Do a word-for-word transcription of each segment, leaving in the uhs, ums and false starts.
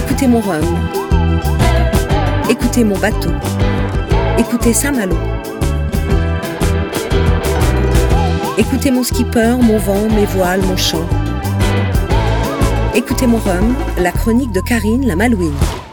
Écoutez mon rhum. Écoutez mon bateau. Écoutez Saint-Malo. Écoutez mon skipper, mon vent, mes voiles, mon chant. Écoutez mon rhum, la chronique de Karine la Malouine.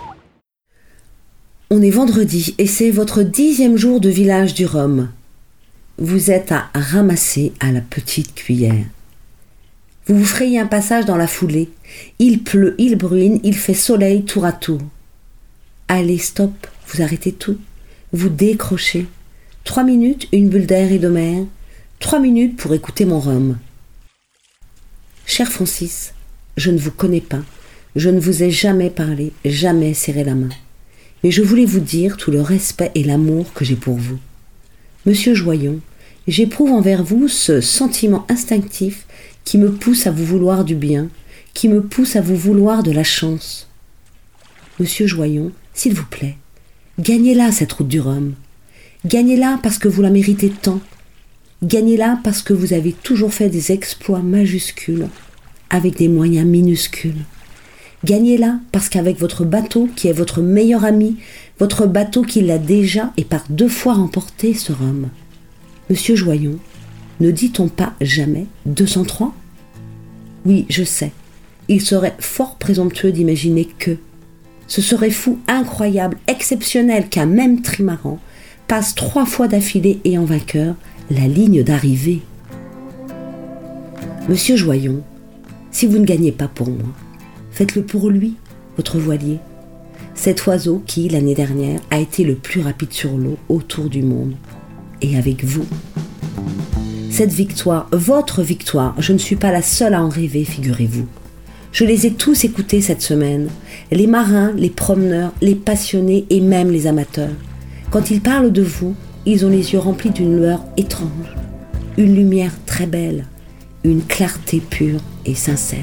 On est vendredi et c'est votre dixième jour de village du rhum. Vous êtes à ramasser à la petite cuillère. Vous vous frayez un passage dans la foulée. Il pleut, il bruine, il fait soleil tour à tour. Allez, stop, vous arrêtez tout. Vous décrochez. Trois minutes, une bulle d'air et de mer. Trois minutes pour écouter mon rhum. Cher Francis, je ne vous connais pas. Je ne vous ai jamais parlé, jamais serré la main. Mais je voulais vous dire tout le respect et l'amour que j'ai pour vous. Monsieur Joyon, j'éprouve envers vous ce sentiment instinctif qui me pousse à vous vouloir du bien, qui me pousse à vous vouloir de la chance. Monsieur Joyon, s'il vous plaît, gagnez-la cette route du rhum. Gagnez-la parce que vous la méritez tant. Gagnez-la parce que vous avez toujours fait des exploits majuscules avec des moyens minuscules. Gagnez-la parce qu'avec votre bateau qui est votre meilleur ami, votre bateau qui l'a déjà et par deux fois remporté ce rhum. Monsieur Joyon, ne dit-on pas jamais deux cent trois ? Oui, je sais, il serait fort présomptueux d'imaginer que ce serait fou, incroyable, exceptionnel qu'un même trimaran passe trois fois d'affilée et en vainqueur la ligne d'arrivée. Monsieur Joyon, si vous ne gagnez pas pour moi, faites-le pour lui, votre voilier. Cet oiseau qui, l'année dernière, a été le plus rapide sur l'eau autour du monde. Et avec vous. Cette victoire, votre victoire, je ne suis pas la seule à en rêver, figurez-vous. Je les ai tous écoutés cette semaine. Les marins, les promeneurs, les passionnés et même les amateurs. Quand ils parlent de vous, ils ont les yeux remplis d'une lueur étrange. Une lumière très belle. Une clarté pure et sincère.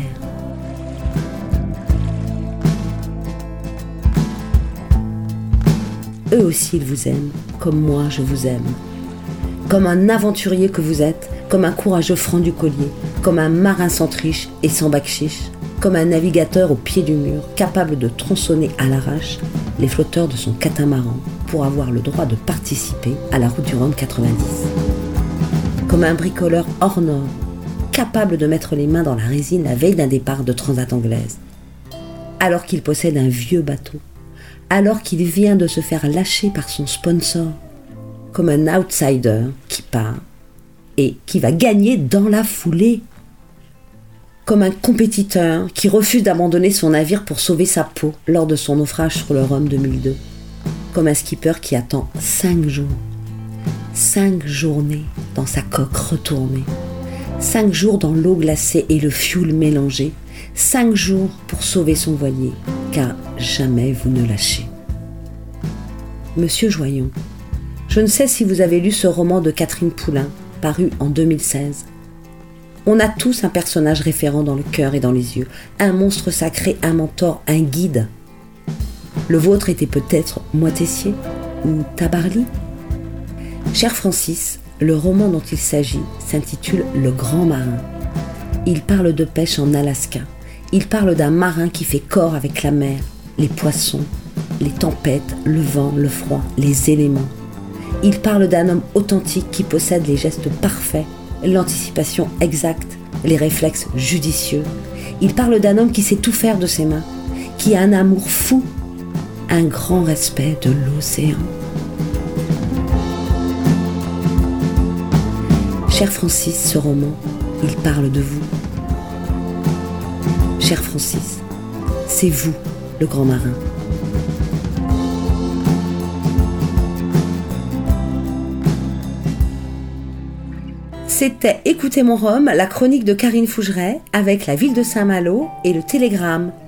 Eux aussi, ils vous aiment, comme moi, je vous aime. Comme un aventurier que vous êtes, comme un courageux franc du collier, comme un marin sans triche et sans bac-chiche, comme un navigateur au pied du mur, capable de tronçonner à l'arrache les flotteurs de son catamaran pour avoir le droit de participer à la route du Rhum quatre-vingt-dix. Comme un bricoleur hors norme, capable de mettre les mains dans la résine la veille d'un départ de Transat anglaise, alors qu'il possède un vieux bateau, alors qu'il vient de se faire lâcher par son sponsor, comme un outsider qui part et qui va gagner dans la foulée, comme un compétiteur qui refuse d'abandonner son navire pour sauver sa peau lors de son naufrage sur le Rhum deux mille deux, comme un skipper qui attend cinq jours, cinq journées dans sa coque retournée, cinq jours dans l'eau glacée et le fioul mélangé, cinq jours pour sauver son voilier, car jamais vous ne lâchez. Monsieur Joyon, je ne sais si vous avez lu ce roman de Catherine Poulain, paru en deux mille seize. On a tous un personnage référent dans le cœur et dans les yeux, un monstre sacré, un mentor, un guide. Le vôtre était peut-être Moitessier ou Tabarly. Cher Francis, le roman dont il s'agit s'intitule « Le grand marin ». Il parle de pêche en Alaska. Il parle d'un marin qui fait corps avec la mer, les poissons, les tempêtes, le vent, le froid, les éléments. Il parle d'un homme authentique qui possède les gestes parfaits, l'anticipation exacte, les réflexes judicieux. Il parle d'un homme qui sait tout faire de ses mains, qui a un amour fou, un grand respect de l'océan. Cher Francis, ce roman, il parle de vous. Cher Francis, c'est vous, le grand marin. C'était Écoutez mon rhum, la chronique de Karine Fougeret avec la ville de Saint-Malo et le Télégramme.